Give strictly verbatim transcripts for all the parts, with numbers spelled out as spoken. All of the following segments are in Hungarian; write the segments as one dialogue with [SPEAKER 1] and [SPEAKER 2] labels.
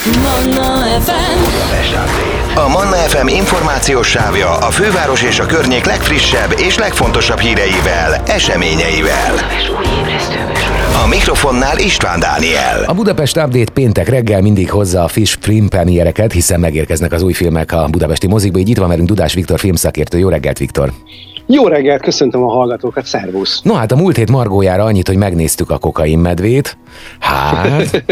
[SPEAKER 1] Manna ef em.
[SPEAKER 2] A Manna ef em információs sávja a főváros és a környék legfrissebb és legfontosabb híreivel, eseményeivel. A mikrofonnál István Dániel.
[SPEAKER 3] A Budapest Update péntek reggel mindig hozza a friss film premiereket, hiszen megérkeznek az új filmek a budapesti mozikba. Így itt van velünk Dudás Viktor filmszakértő. Jó reggelt, Viktor!
[SPEAKER 4] Jó reggelt, köszöntöm a hallgatókat, szervusz!
[SPEAKER 3] No hát a múlt hét margójára annyit, hogy megnéztük a Kokainmedvét. Hát...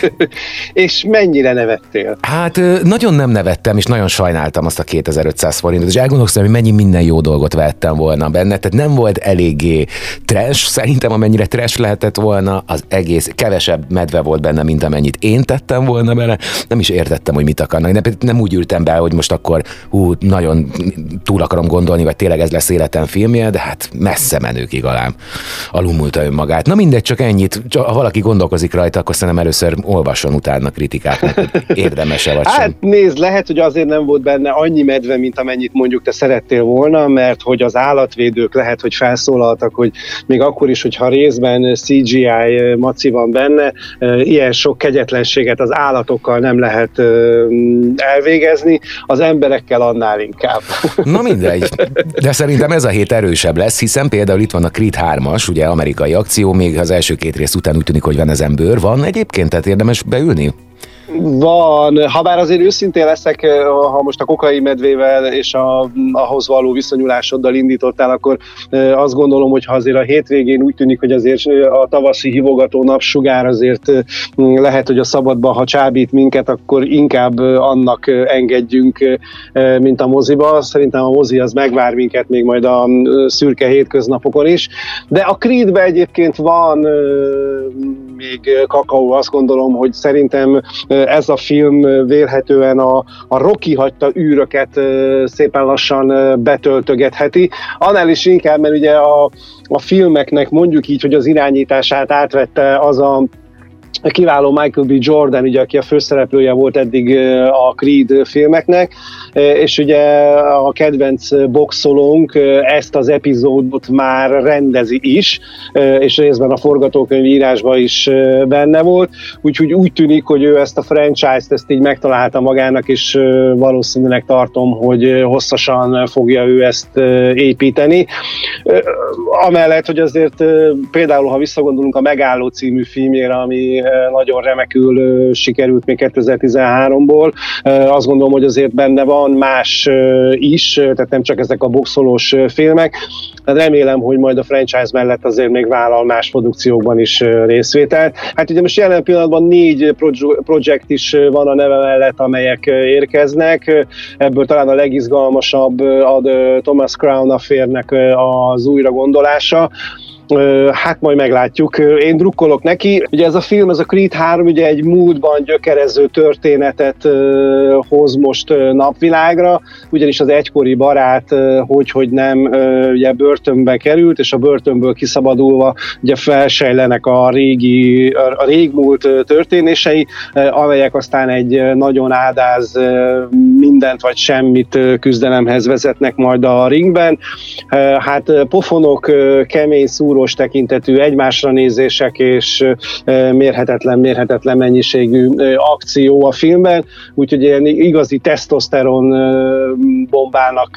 [SPEAKER 4] És mennyire nevettél?
[SPEAKER 3] Hát nagyon nem nevettem, és nagyon sajnáltam azt a kétezer-ötszáz forintot, és elgondolkoztam, hogy mennyi minden jó dolgot vettem volna benne, tehát nem volt eléggé trash, szerintem amennyire trash lehetett volna, az egész, kevesebb medve volt benne, mint amennyit én tettem volna bele, nem is értettem, hogy mit akarnak, nem, nem úgy ültem be, hogy most akkor hú, nagyon túl akarom gondolni, vagy tényleg ez lesz életem filmje, de hát messze menőkig alám alulmúlta önmagát. Na mindegy, csak ennyit, csak, ha valaki gondolkozik rajta, akkor szerintem először olvasson utána kritikáknak, hogy érdemes-e vagy sem.
[SPEAKER 4] Hát nézd, lehet, hogy azért nem volt benne annyi medve, mint amennyit mondjuk te szerettél volna, mert hogy az állatvédők lehet, hogy felszólaltak, hogy még akkor is, hogyha részben cé gé í maci van benne, ilyen sok kegyetlenséget az állatokkal nem lehet elvégezni, az emberekkel annál inkább.
[SPEAKER 3] Na mindegy, de szerintem ez a hét erősebb lesz, hiszen például itt van a Creed hármas, ugye amerikai akció, még az első két rész után úgy tűnik, hogy van ezen bőr. Van egyébként, tehát érdemes beülni?
[SPEAKER 4] Van, ha bár azért őszintén leszek, ha most a Kokainmedvével és a, ahhoz való viszonyulásoddal indítottál, akkor azt gondolom, hogy ha azért a hétvégén úgy tűnik, hogy azért a tavaszi hívogató napsugár azért lehet, hogy a szabadban, ha csábít minket, akkor inkább annak engedjünk, mint a moziba. Szerintem a mozi az megvár minket még majd a szürke hétköznapokon is. De a Creedben egyébként van még kakaó, azt gondolom, hogy szerintem ez a film vélhetően a, a Rocky hagyta űröket szépen lassan betöltögetheti. Annál is inkább, mert ugye a, a filmeknek mondjuk így, hogy az irányítását átvette az a kiváló Michael B. Jordan, ugye, aki a főszereplője volt eddig a Creed filmeknek, és ugye a kedvenc boxolónk ezt az epizódot már rendezi is, és részben a forgatókönyvírásban is benne volt, úgyhogy úgy tűnik, hogy ő ezt a franchise-t ezt így megtalálta magának, és valószínűleg tartom, hogy hosszasan fogja ő ezt építeni. Amellett, hogy azért például, ha visszagondolunk a Megálló című filmjére, ami nagyon remekül sikerült még kétezer-tizenháromból. Azt gondolom, hogy azért benne van más is, tehát nem csak ezek a boxolós filmek. Tehát remélem, hogy majd a franchise mellett azért még vállal más produkciókban is részvételt. Hát ugye most jelen pillanatban négy projekt is van a neve mellett, amelyek érkeznek. Ebből talán a legizgalmasabb a Thomas Crown Affair-nek az újra gondolása. Hát majd meglátjuk. Én drukkolok neki. Ugye ez a film, ez a Creed három ugye egy múltban gyökerező történetet uh, hoz most uh, napvilágra, ugyanis az egykori barát, uh, hogy, hogy nem uh, ugye börtönbe került, és a börtönből kiszabadulva ugye felsejlenek a régi, a, a régmúlt uh, történései, uh, amelyek aztán egy uh, nagyon áldáz uh, mindent vagy semmit uh, küzdelemhez vezetnek majd a ringben. Uh, hát uh, pofonok, uh, kemény szúró tekintetű egymásra nézések és mérhetetlen, mérhetetlen mennyiségű akció a filmben, úgyhogy ilyen igazi tesztoszteron bombának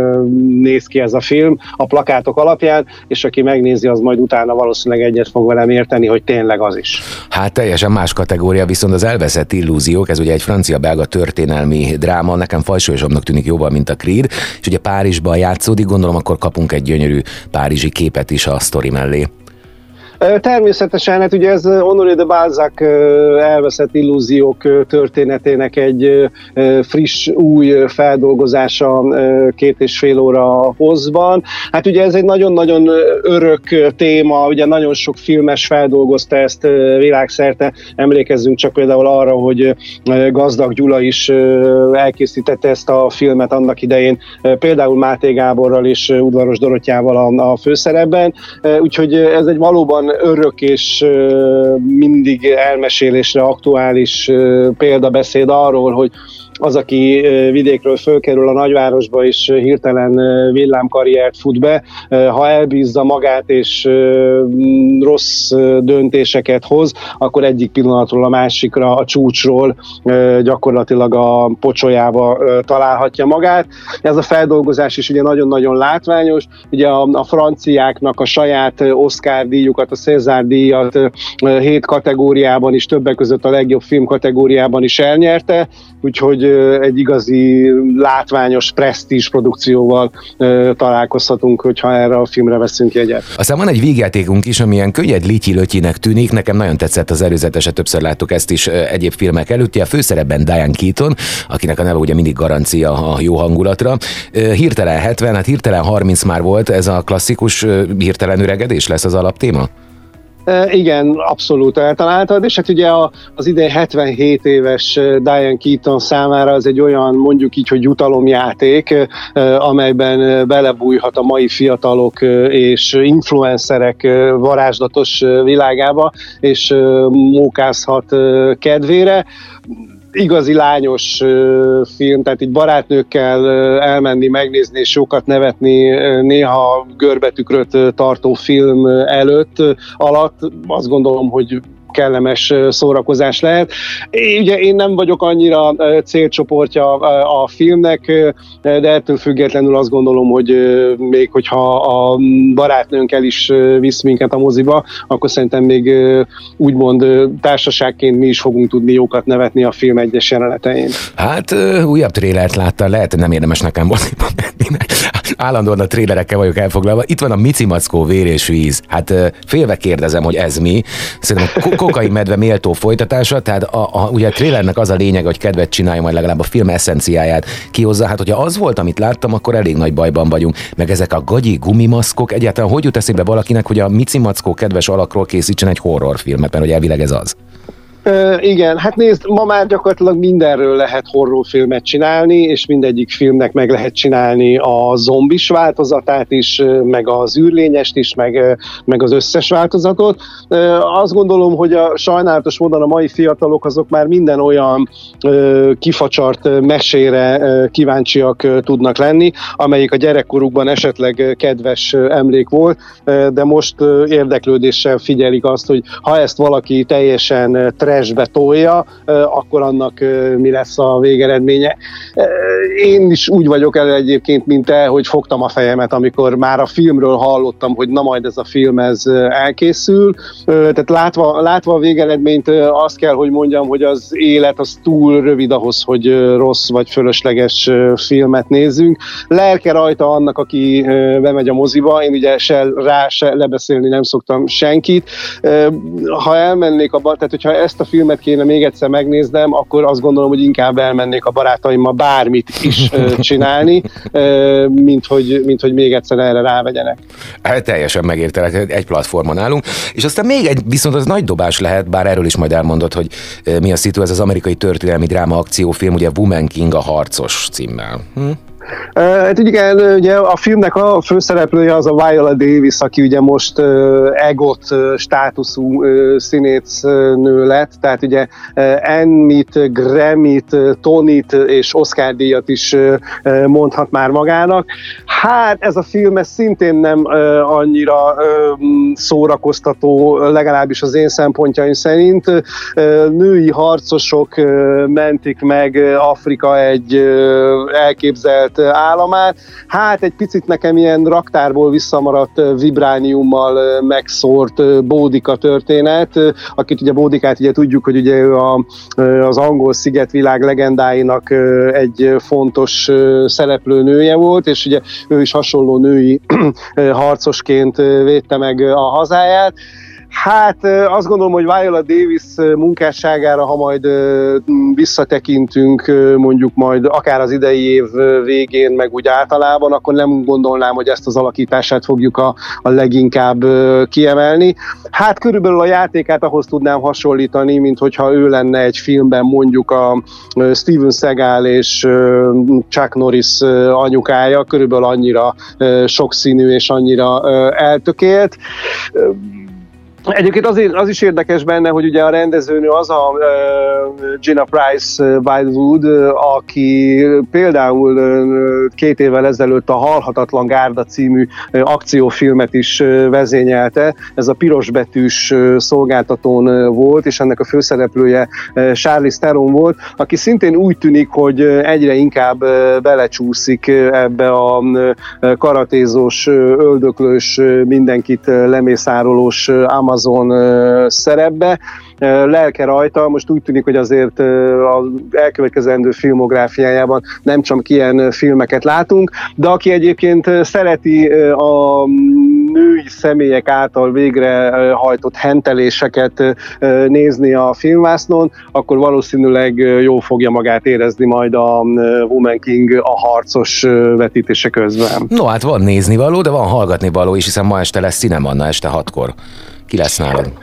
[SPEAKER 4] néz ki ez a film a plakátok alapján, és aki megnézi, az majd utána valószínűleg egyet fog velem érteni, hogy tényleg az is.
[SPEAKER 3] Hát teljesen más kategória, viszont az Elveszett illúziók, ez ugye egy francia-belga történelmi dráma, nekem fajsúlyosabbnak tűnik jóval, mint a Creed, és ugye Párizsban játszódik, gondolom akkor kapunk egy gyönyörű párizsi képet is a sztori mellé.
[SPEAKER 4] Természetesen, hát ugye ez Honoré de Balzac Elveszett illúziók történetének egy friss, új feldolgozása két és fél óra hosszban. Hát ugye ez egy nagyon-nagyon örök téma, ugye nagyon sok filmes feldolgozta ezt világszerte. Emlékezzünk csak például arra, hogy Gazdag Gyula is elkészítette ezt a filmet annak idején, például Máté Gáborral és Udvaros Dorottyával a, a főszerepben. Úgyhogy ez egy valóban örök és mindig elmesélésre aktuális példabeszéd arról, hogy az, aki vidékről fölkerül a nagyvárosba, és hirtelen villámkarriert fut be, ha elbízza magát és rossz döntéseket hoz, akkor egyik pillanatról a másikra a csúcsról gyakorlatilag a pocsolyába találhatja magát. Ez a feldolgozás is ugye nagyon-nagyon látványos. Ugye a, a franciáknak a saját Oscar díjukat, a César díjat hét kategóriában is, többek között a legjobb film kategóriában is elnyerte, úgyhogy egy igazi látványos presztízs produkcióval találkozhatunk, hogyha erre a filmre veszünk jegyet.
[SPEAKER 3] Aztán van egy vígjátékunk is, ami ilyen könnyed lityi-lötyinek tűnik. Nekem nagyon tetszett az előzetese, többször láttuk ezt is egyéb filmek előtt. A főszerepben Diane Keaton, akinek a neve ugye mindig garancia a jó hangulatra. Hirtelen hetven, hát hirtelen harminc már volt, ez a klasszikus hirtelen öregedés lesz az alaptéma?
[SPEAKER 4] E, igen, abszolút eltaláltad, és hát ugye a, az idén hetvenhét éves Diane Keaton számára az egy olyan, mondjuk így, hogy jutalomjáték, amelyben belebújhat a mai fiatalok és influencerek varázslatos világába, és mókázhat kedvére. Igazi lányos film, tehát így barátnőkkel elmenni, megnézni és sokat nevetni néha görbetükröt tartó film előtt, alatt, azt gondolom, hogy kellemes szórakozás lehet. Én, ugye én nem vagyok annyira célcsoportja a filmnek, de ettől függetlenül azt gondolom, hogy még hogyha a barátnőnk el is visz minket a moziba, akkor szerintem még úgymond társaságként mi is fogunk tudni jókat nevetni a film egyes jelenetein.
[SPEAKER 3] Hát újabb trélert láttam, lehet, hogy nem érdemes nekem moziba menni. Állandóan a trélerekkel vagyok elfoglalva. Itt van a Mici Mackó Vér és víz. Hát félve kérdezem, hogy ez mi. Szerintem Kokain medve méltó folytatása, tehát a, a, ugye a trélernek az a lényeg, hogy kedvet csinálja, majd legalább a film eszenciáját kihozza. Hát, hogyha az volt, amit láttam, akkor elég nagy bajban vagyunk. Meg ezek a gagyi gumimaszkok, egyáltalán hogy jut eszébe valakinek, hogy a Mici Mackó kedves alakról készítsen egy horrorfilmet, mert hogy elvileg ez az.
[SPEAKER 4] Uh, igen, hát nézd, ma már gyakorlatilag mindenről lehet horrorfilmet csinálni, és mindegyik filmnek meg lehet csinálni a zombis változatát is, meg az űrlényest is, meg, meg az összes változatot. Uh, azt gondolom, hogy a sajnálatos módon a mai fiatalok azok már minden olyan uh, kifacsart mesére uh, kíváncsiak uh, tudnak lenni, amelyik a gyerekkorukban esetleg kedves uh, emlék volt, uh, de most uh, érdeklődéssel figyelik azt, hogy ha ezt valaki teljesen uh, trashbe tolja, akkor annak mi lesz a végeredménye. Én is úgy vagyok elő egyébként, mint te, hogy fogtam a fejemet, amikor már a filmről hallottam, hogy na majd ez a film ez elkészül. Tehát látva, látva a végeredményt azt kell, hogy mondjam, hogy az élet az túl rövid ahhoz, hogy rossz vagy fölösleges filmet nézzünk. Lelke rajta annak, aki bemegy a moziba. Én ugye se rá, se lebeszélni nem szoktam senkit. Ha elmennék abba, tehát hogyha ezt a filmet kéne még egyszer megnéznem, akkor azt gondolom, hogy inkább elmennék a barátaimmal bármit is csinálni, mint hogy, mint hogy még egyszer erre rávegyenek.
[SPEAKER 3] Hát teljesen megértelek, egy platformon állunk. És aztán még egy, viszont az nagy dobás lehet, bár erről is majd elmondod, hogy mi a szitu, ez az amerikai történelmi dráma akciófilm, ugye Woman King a harcos címmel. Hm?
[SPEAKER 4] Hát igen, ugye a filmnek a főszereplője az a Viola Davis, aki ugye most uh, EGOT státuszú uh, színésznő lett, tehát ugye uh, Emmy-t, Grammy-t, Tony-t és Oscar-díjat is uh, mondhat már magának. Hát ez a film ez szintén nem uh, annyira uh, szórakoztató, legalábbis az én szempontjaim szerint. Uh, női harcosok uh, mentik meg Afrika egy uh, elképzelt államát. Hát egy picit nekem ilyen raktárból visszamaradt vibrániummal megszórt Bódika történet, akit ugye Bódikát ugye tudjuk, hogy ugye ő a, az angol szigetvilág legendáinak egy fontos szereplő nője volt, és ugye ő is hasonló női harcosként védte meg a hazáját. Hát azt gondolom, hogy Viola Davis munkásságára, ha majd visszatekintünk mondjuk majd akár az idei év végén, meg úgy általában, akkor nem gondolnám, hogy ezt az alakítását fogjuk a, a leginkább kiemelni. Hát körülbelül a játékát ahhoz tudnám hasonlítani, mint hogyha ő lenne egy filmben mondjuk a Steven Seagal és Chuck Norris anyukája, körülbelül annyira sokszínű és annyira eltökélt. Egyébként azért, az is érdekes benne, hogy ugye a rendezőnő az a uh, Gina Price Wildwood, uh, aki például uh, két évvel ezelőtt a Halhatatlan Gárda című uh, akciófilmet is uh, vezényelte. Ez a pirosbetűs uh, szolgáltatón uh, volt, és ennek a főszereplője uh, Charlize Theron volt, aki szintén úgy tűnik, hogy uh, egyre inkább uh, belecsúszik uh, ebbe a uh, karatézós, uh, öldöklős, uh, mindenkit uh, lemészárolós uh, Amazon szerepbe. Lelke rajta, most úgy tűnik, hogy azért az elkövetkezendő filmográfiájában nem csak ilyen filmeket látunk, de aki egyébként szereti a női személyek által végrehajtott henteléseket nézni a filmvásznon, akkor valószínűleg jól fogja magát érezni majd a Woman King a harcos vetítése közben.
[SPEAKER 3] No, hát van nézni való, de van hallgatni való is, hiszen ma este lesz Cinemanna este hatkor. Ki lesz nálad?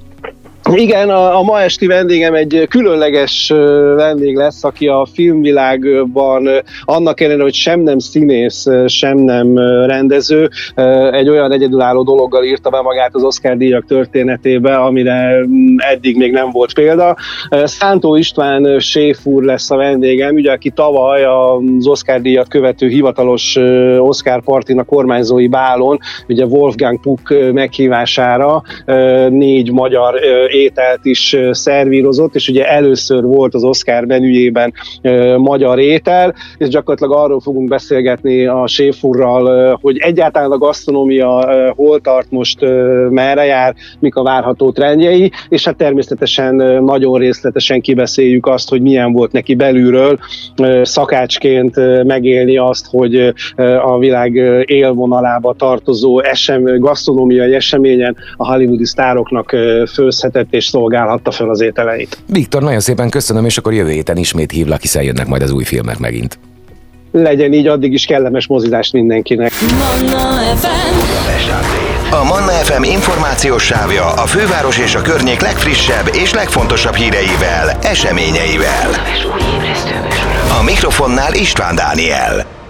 [SPEAKER 4] Igen, a, a ma esti vendégem egy különleges vendég lesz, aki a filmvilágban annak ellenére, hogy sem nem színész, sem nem rendező, egy olyan egyedülálló dologgal írta be magát az Oscar-díjak történetébe, amire eddig még nem volt példa. Szántó István séfúr lesz a vendégem, ugye, aki tavaly az Oscar-díjat követő hivatalos Oscar partinak kormányzói bálon, ugye Wolfgang Puck meghívására négy magyar ételt is szervírozott, és ugye először volt az Oscar menüjében e, magyar étel, és gyakorlatilag arról fogunk beszélgetni a séfúrral, hogy egyáltalán a gasztronómia e, hol tart most, e, merre jár, mik a várható trendjei, és hát természetesen e, nagyon részletesen kibeszéljük azt, hogy milyen volt neki belülről e, szakácsként e, megélni azt, hogy e, a világ élvonalába tartozó esem, gasztronómiai eseményen a hollywoodi sztároknak e, főzhetett és szolgálhatta fel az ételeit.
[SPEAKER 3] Viktor, nagyon szépen köszönöm, és akkor jövő héten ismét hívlak, hiszen jönnek majd az új filmek megint.
[SPEAKER 4] Legyen így, addig is kellemes mozizást mindenkinek.
[SPEAKER 1] Manna ef em.
[SPEAKER 2] A Manna ef em információs sávja a főváros és a környék legfrissebb és legfontosabb híreivel, eseményeivel. A mikrofonnál István Dániel.